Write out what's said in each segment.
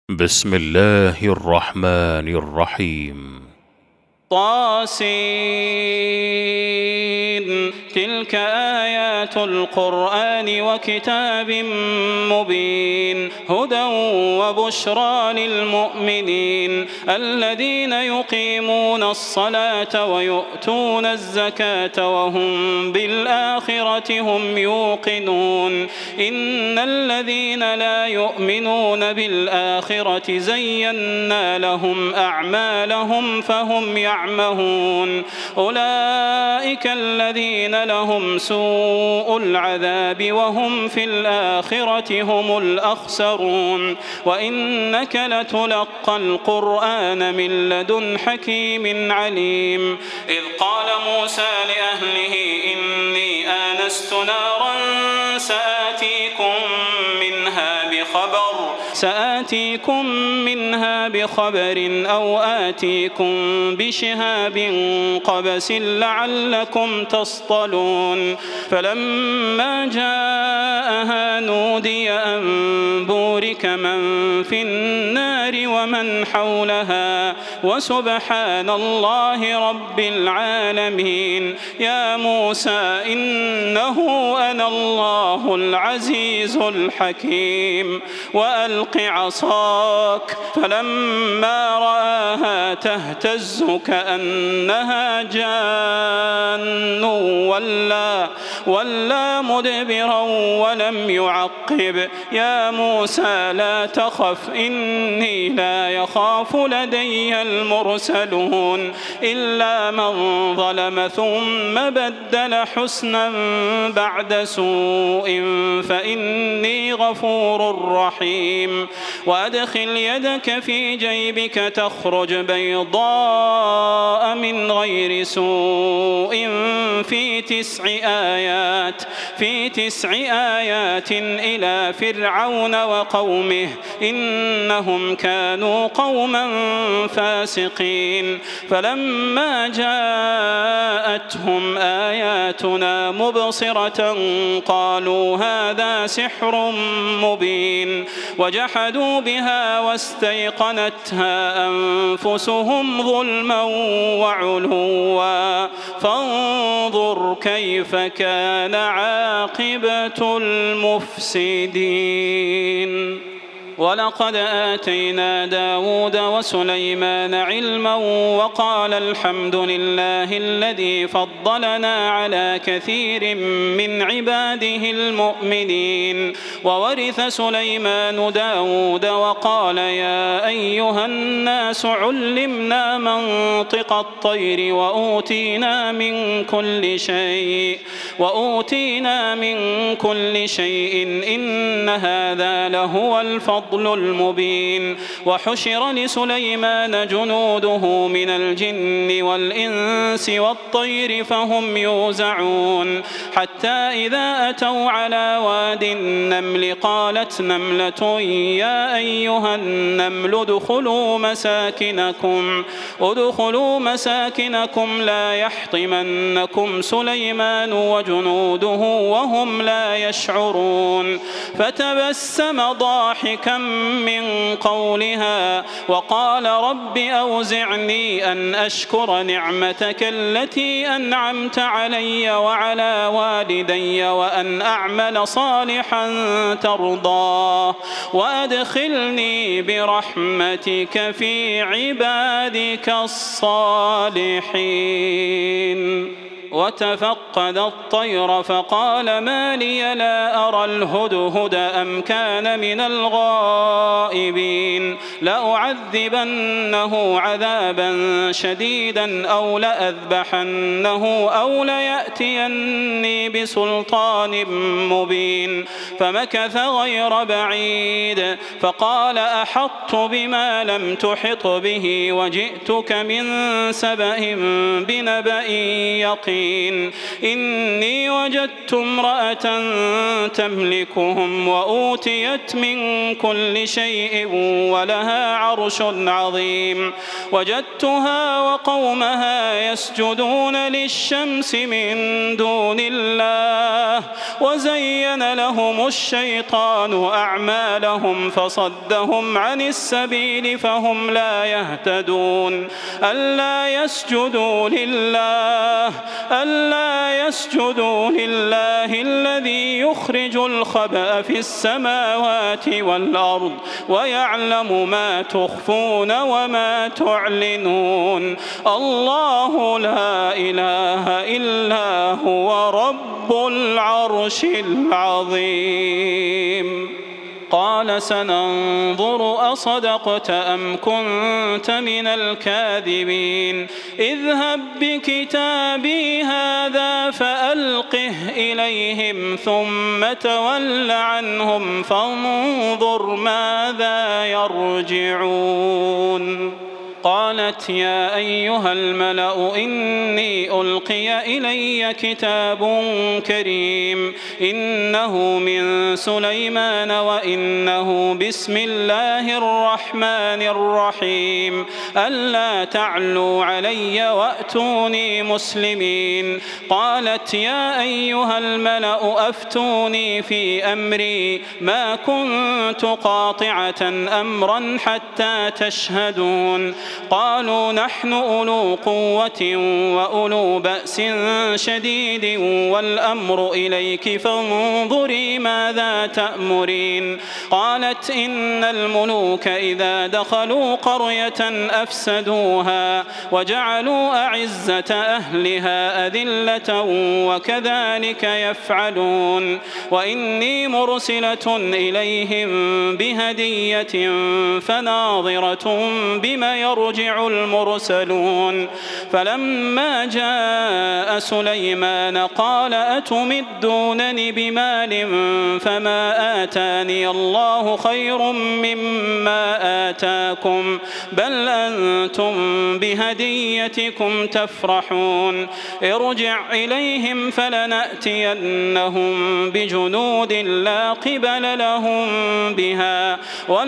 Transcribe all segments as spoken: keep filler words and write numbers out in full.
بسم الله الرحمن الرحيم. طاسين تلك آيات القرآن وكتاب مبين هدى وبشرى للمؤمنين الذين يقيمون الصلاة ويؤتون الزكاة وهم بالآخرة هم يوقنون إن الذين لا يؤمنون بالآخرة زينا لهم أعمالهم فهم يعملون يعمهون أولئك الذين لهم سوء العذاب وهم في الآخرة هم الأخسرون وإنك لتلقى القرآن من لدن حكيم عليم إذ قال موسى لأهله إني آنست نارا سآتيكم منها بخبر سآتيكم منها بخبر أو آتيكم بشهاب قبس لعلكم تصطلون فلما جاءها نودي أن بورك من في النار ومن حولها وسبحان الله رب العالمين يا موسى إنه أنا الله العزيز الحكيم وألق عصاك فلما رآها تهتز كأنها جان ولا, ولا مدبرا ولم يعقب يا موسى لا تخف إني لا يخاف لدي المرسلون إلا من ظلم ثم بدل حسنا بعد سوء فإني غفور رحيم وأدخل يدك في جيبك تخرج بيضاء من غير سوء في تسع آيات في تسع آيات إلى فرعون وقومه إنهم كانوا قوما فاسقين فلما جاءتهم آياتنا مبصرة قالوا هذا سحر مبين وجحدوا بها واستيقنتها أنفسهم ظلما وعلوا فانظر كيف كان عاقبة المفسدين ولقد آتينا داود وسليمان علما وقال الحمد لله الذي فضلنا على كثير من عباده المؤمنين وورث سليمان داود وقال يا أيها الناس علمنا منطق الطير وأوتينا من كل شيء وأوتينا من كل شيء إن هذا لهو الفضل المبين وحشر لسليمان جنوده من الجن والإنس والطير فهم يوزعون حتى إذا أتوا على واد النمل قالت نملة يا أيها النمل ادخلوا مساكنكم ادخلوا مساكنكم لا يحطمنكم سليمان وجنوده وهم لا يشعرون فتبسم ضاحكا من قولها وقال رب أوزعني أن أشكر نعمتك التي أنعمت علي وعلى والدي وأن أعمل صالحا ترضاه وأدخلني برحمتك في عبادك الصالحين وتفقد الطير فقال ما لي لا أرى الهدهد أم كان من الغائبين لأعذبنه عذابا شديدا أو لأذبحنه أو ليأتيني بسلطان مبين فمكث غير بعيد فقال أحطت بما لم تحط به وجئتك من سبأ بنبأ يقين إني وجدت امرأة تملكهم وأوتيت من كل شيء ولها عرش عظيم وجدتها وقومها يسجدون للشمس من دون الله وزين لهم الشيطان أعمالهم فصدهم عن السبيل فهم لا يهتدون ألا يسجدوا لله ألا يسجدوا لله الذي يخرج الخبأ في السماوات والأرض ويعلم ما تخفون وما تعلنون الله لا إله إلا هو رب العرش العظيم. قال سننظر أصدقت أم كنت من الكاذبين اذهب بكتابي هذا فألقه إليهم ثم تول عنهم فانظر ماذا يرجعون. قالت يا أيها الملأ إني ألقي إلي كتاب كريم إنه من سليمان وإنه بسم الله الرحمن الرحيم ألا تعلوا علي وأتوني مسلمين. قالت يا أيها الملأ أفتوني في أمري ما كنت قاطعة أمرا حتى تشهدون. قالوا نحن أولو قوة وأولو بأس شديد والأمر إليك فانظري ماذا تأمرين. قالت إن الملوك إذا دخلوا قرية أفسدوها وجعلوا أعزة أهلها أذلة وكذلك يفعلون وإني مرسلة إليهم بهدية فناظرة بما يرجع المرسلون. فلما جاء سليمان قال أتمدونني بمال فما آتاني الله خير مما آتاكم بل أنتم بهديتكم تفرحون. ارجع إليهم فلنأتينهم بجنود لا قبل لهم بها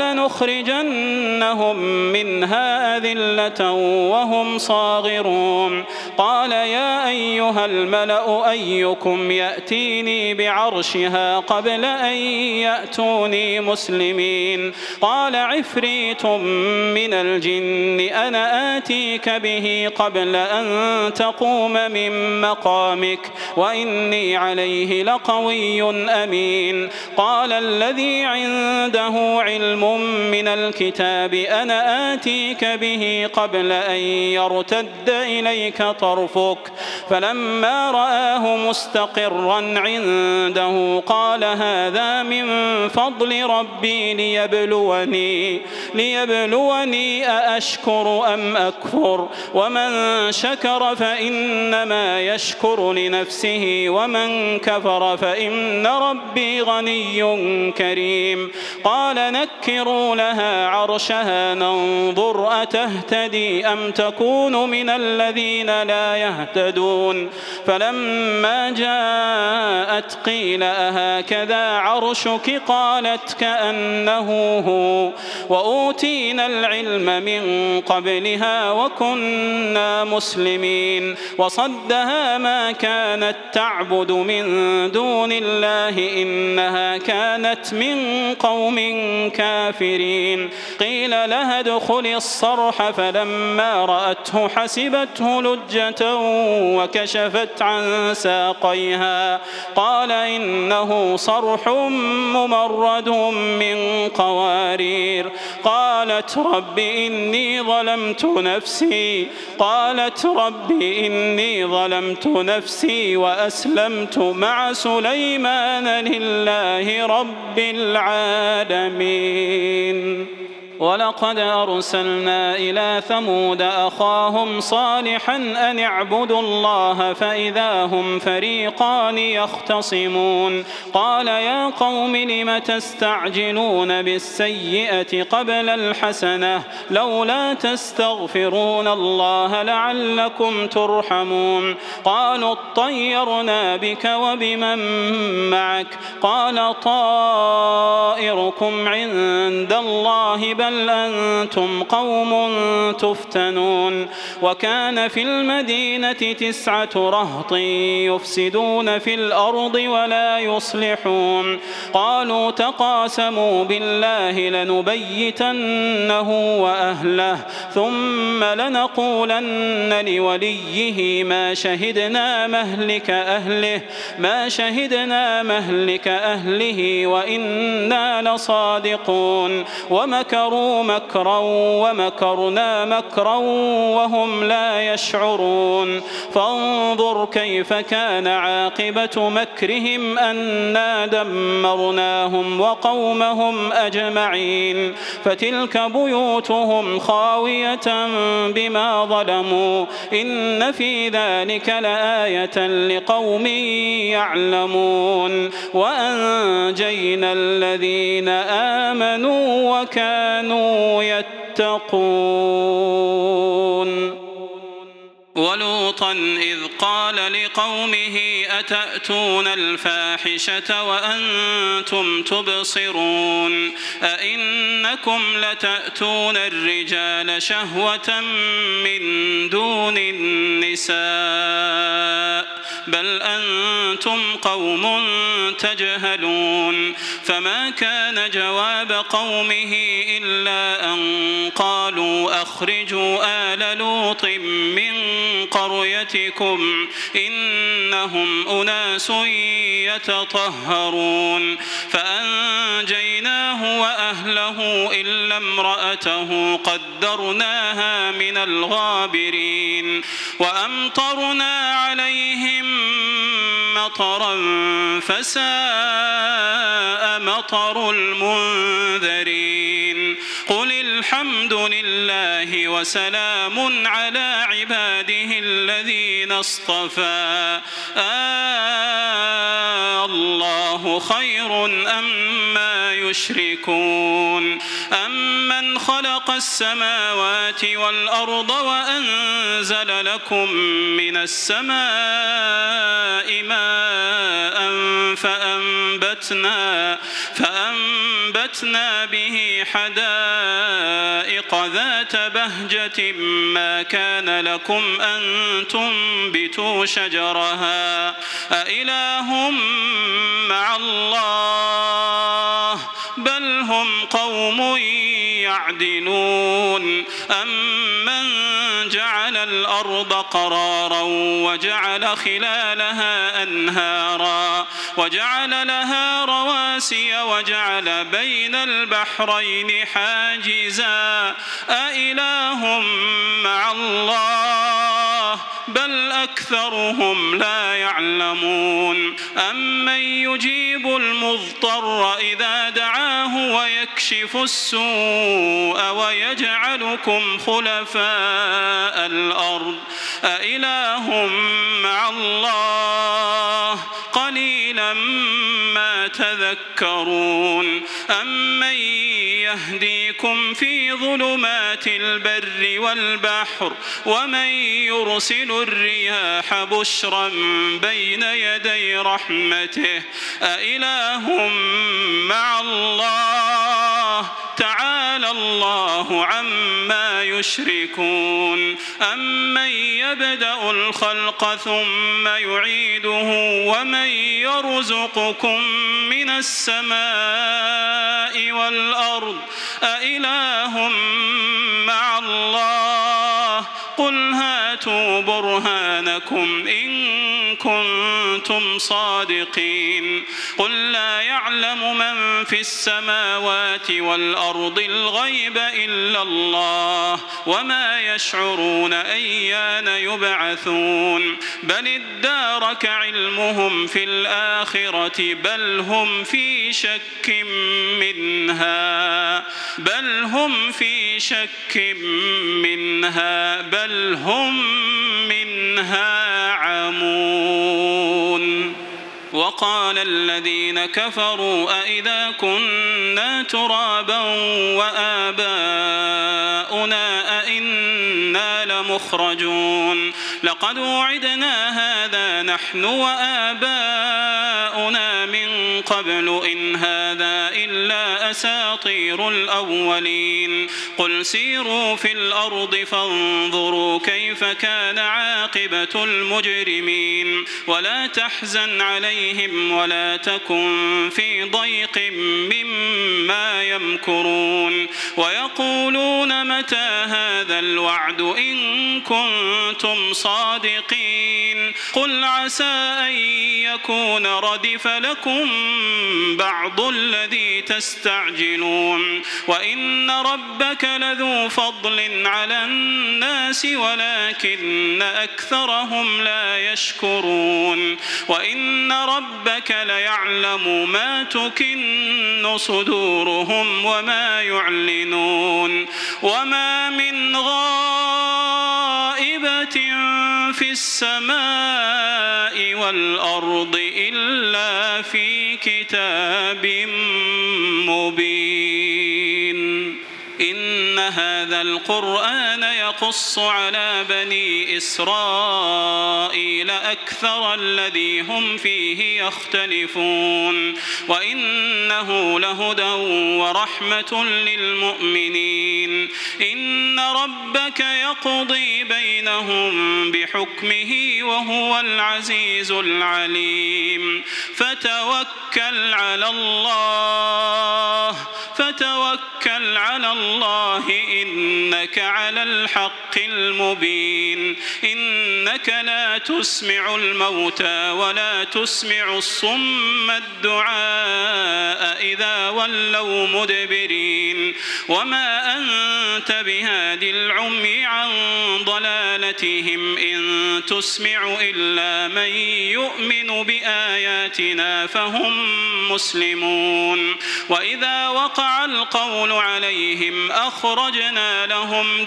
ولنخرجنهم منها أذلة وهم صاغرون. قال يا أيها الملأ أيكم يأتيني بعرشها قبل أن يأتوني مسلمين. قال عفريت من الجن أنا آتيك به قبل أن تقوم من مقامك وإني عليه لقوي أمين. قال الذي عنده علم من الكتاب أنا آتيك به قبل أن يرتد إليك طرفك فلما رآه مستقرا عنده قال هذا من فضل ربي ليبلوني ليبلوني أأشكر أم أكفر ومن شكر فإنما يشكر لنفسه ومن كفر فإن ربي غني كريم. قال نكروا لها عرشها ننظر أتهتدي أم تكون من الذين لا يهتدون. فلما جاءت قيل أهكذا عرشك قالت كأنه هو وأوتينا العلم من قبلها وكنا مسلمين. وصدها ما كانت تعبد من دون الله إنها كانت من قوم كافرين. قيل لها ادخل الصرح فلما رأته حسبته لجة وكشفت عن ساقيها قال إنه صرح ممرد من قوارير. قالت رب إني ظلمت نفسي قالت رب إني ظلمت نفسي وأسلمت مع سليمان لله رب العالمين. ولقد أرسلنا إلى ثمود أخاهم صالحا أن اعبدوا الله فإذا هم فريقان يختصمون. قال يا قوم لم تستعجلون بالسيئة قبل الحسنة لولا تستغفرون الله لعلكم ترحمون. قالوا اطيرنا بك وبمن معك قال طائركم عند الله بل بل أنتم قوم تفتنون وكان في المدينة تسعة رهط يفسدون في الأرض ولا يصلحون قالوا تقاسموا بالله لنبيتنه وأهله ثم لنقولن لوليه ما شهدنا مهلك أهله ما شهدنا مهلك أهله وإنا لصادقون ومكروا مكرا ومكرنا مكرا وهم لا يشعرون فانظر كيف كان عاقبة مكرهم أنا دمرناهم وقومهم أجمعين فتلك بيوتهم خاوية بما ظلموا إن في ذلك لآية لقوم يعلمون وأنجينا الذين آمنوا وكانوا يتقون ولوطا إذ قال لقومه أتأتون الفاحشة وأنتم تبصرون أئنكم لتأتون الرجال شهوة من دون النساء بل أنتم قوم تجهلون فما كان جواب قومه إلا أن قالوا أخرجوا آل لوط من قريتكم إنهم أناس يتطهرون فأنجيناه وأهله إلا امرأته قدرناها من الغابرين وأمطرنا عليهم مطرا فساء مطر المنذرين قل الحمد لله وسلام على عباده الذين اصطفى آه الله خير أما يشركون أمن خلق السماوات والأرض وأنزل لكم من السماء ماء فأنبتنا فأنبتنا به حدائق ذات بهجة ما كان لكم أن تنبتوا شجرها أإله مع الله بل هم قوم يعدلون أمن جعل الأرض قرارا وجعل خلالها أنهارا وجعل لها رواسي وجعل بين البحرين حاجزا أإله مع الله بل أكثرهم لا يعلمون أمن يجيب المضطر إذا دعاه ويكشف السوء ويجعلكم خلفاء الأرض أإله مع الله قليلا ما تذكرون أمن يهديكم في ظلمات البر والبحر ومن يرسل الرياح بشرا بين يدي رحمته أإله مع الله تعالى الله عما يشركون أمن يبدأ الخلق ثم يعيده ومن يرزقكم من السماء والأرض أإله مع الله قل هاتوا برهانكم إن كنتم صادقين قل لا يعلم من في السماوات والأرض الغيب إلا الله وما يشعرون أيان يبعثون بل ادارك علمهم في الآخرة بل هم في شك منها بل هم في شك منها بل هم منها عمون وقال الذين كفروا أئذا كنا ترابا وآباؤنا أئنا لمخرجون لقد وعدنا هذا نحن وآباؤنا من قبل إن هذا إلا أساطير الأولين قل سيروا في الأرض فانظروا كيف كان عاقبة المجرمين ولا تحزن عليهم ولا تكن في ضيق مما يمكرون ويقولون متى هذا الوعد إن كنتم صادقين قل عسى أن يكون ردف لكم بعض الذي تستعجلون وإن ربك لذو فضل على الناس ولكن أكثرهم لا يشكرون وإن ربك ليعلم ما تكن صدورهم وما يعلنون وما من غائبة في السماء والأرض إلا في كتاب مبين إن هذا القرآن يقص على بني إسرائيل أكثر الذي هم فيه يختلفون وإنه لهدى ورحمة للمؤمنين إن ربك يقضي بينهم بحكمه وهو العزيز العليم فتوكل على الله فتوكل على الله إنك على الحق المبين إنك لا تسمع الموتى ولا تسمع الصم الدعاء إذا ولوا مدبرين وما أنت بهادي العمي عن ضلالتهم إن تسمع إلا من يؤمن بآياتنا فهم مسلمون وإذا وقع القول عليهم أخرجنا لهم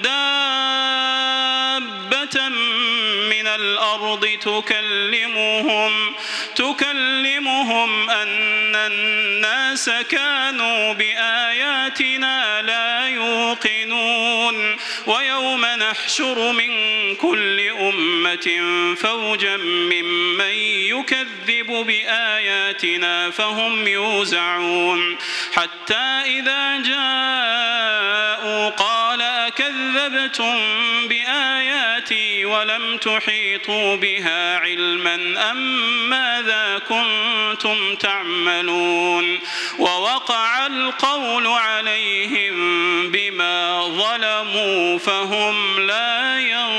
دابة من الأرض تكلمهم تكلمهم أن الناس كانوا بآياتنا لا يوقنون ويوم نحشر من كل أمة فوجا ممن يكذب بآياتنا فهم يوزعون حتى إذا جاءوا قال أكذبتم بآياتي ولم تحيطوا بها علما أم ماذا كنتم تعملون ووقع القول عليهم بما ظلموا فهم لا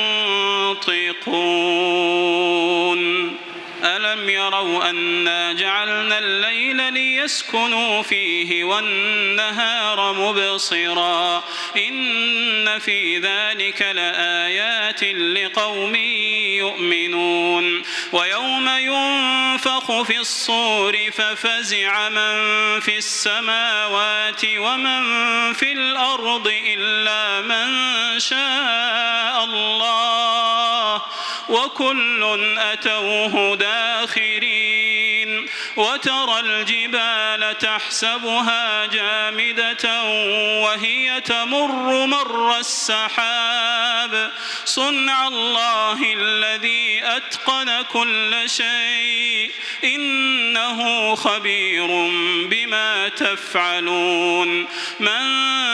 ينطقون ألم يروا أنا جعلنا الليل ليسكنوا فيه والنهار مبصرا إن في ذلك لآيات لقوم يؤمنون ويوم ينفخ في الصور ففزع من في السماوات ومن في الأرض إلا من شاء الله وكل أتوه داخرين وترى الجبال تحسبها جامدة وهي تمر مر السحاب صنع الله الذي أتقن كل شيء إنه خبير بما تفعلون من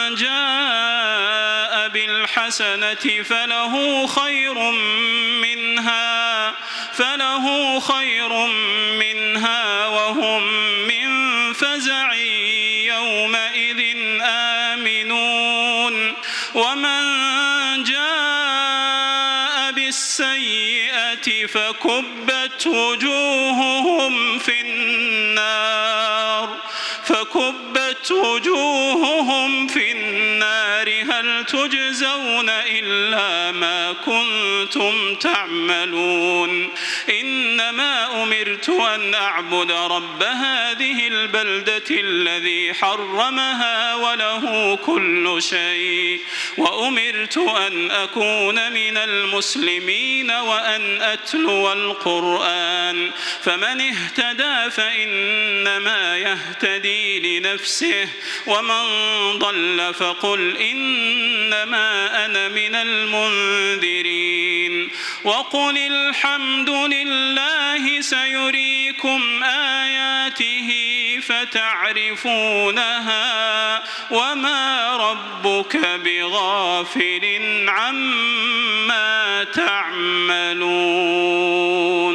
جاء بالحسنة فله خير منها فله خير منها وهم من فزع يومئذ آمنون ومن جاء بالسيئة فكبت وجوههم في النار فكبت وجوههم في النار هل تجزون إلا ما كنتم تعملون إنما أمرت أن أعبد رب هذه البلدة الذي حرمها وله كل شيء وأمرت أن أكون من المسلمين وأن أتلو القرآن فمن اهتدى فإنما يهتدي لنفسه ومن ضل فقل إنما أنا من المنذرين وقل الحمد لله سيريكم آياته فتعرفونها وما ربك بغافل عما تعملون.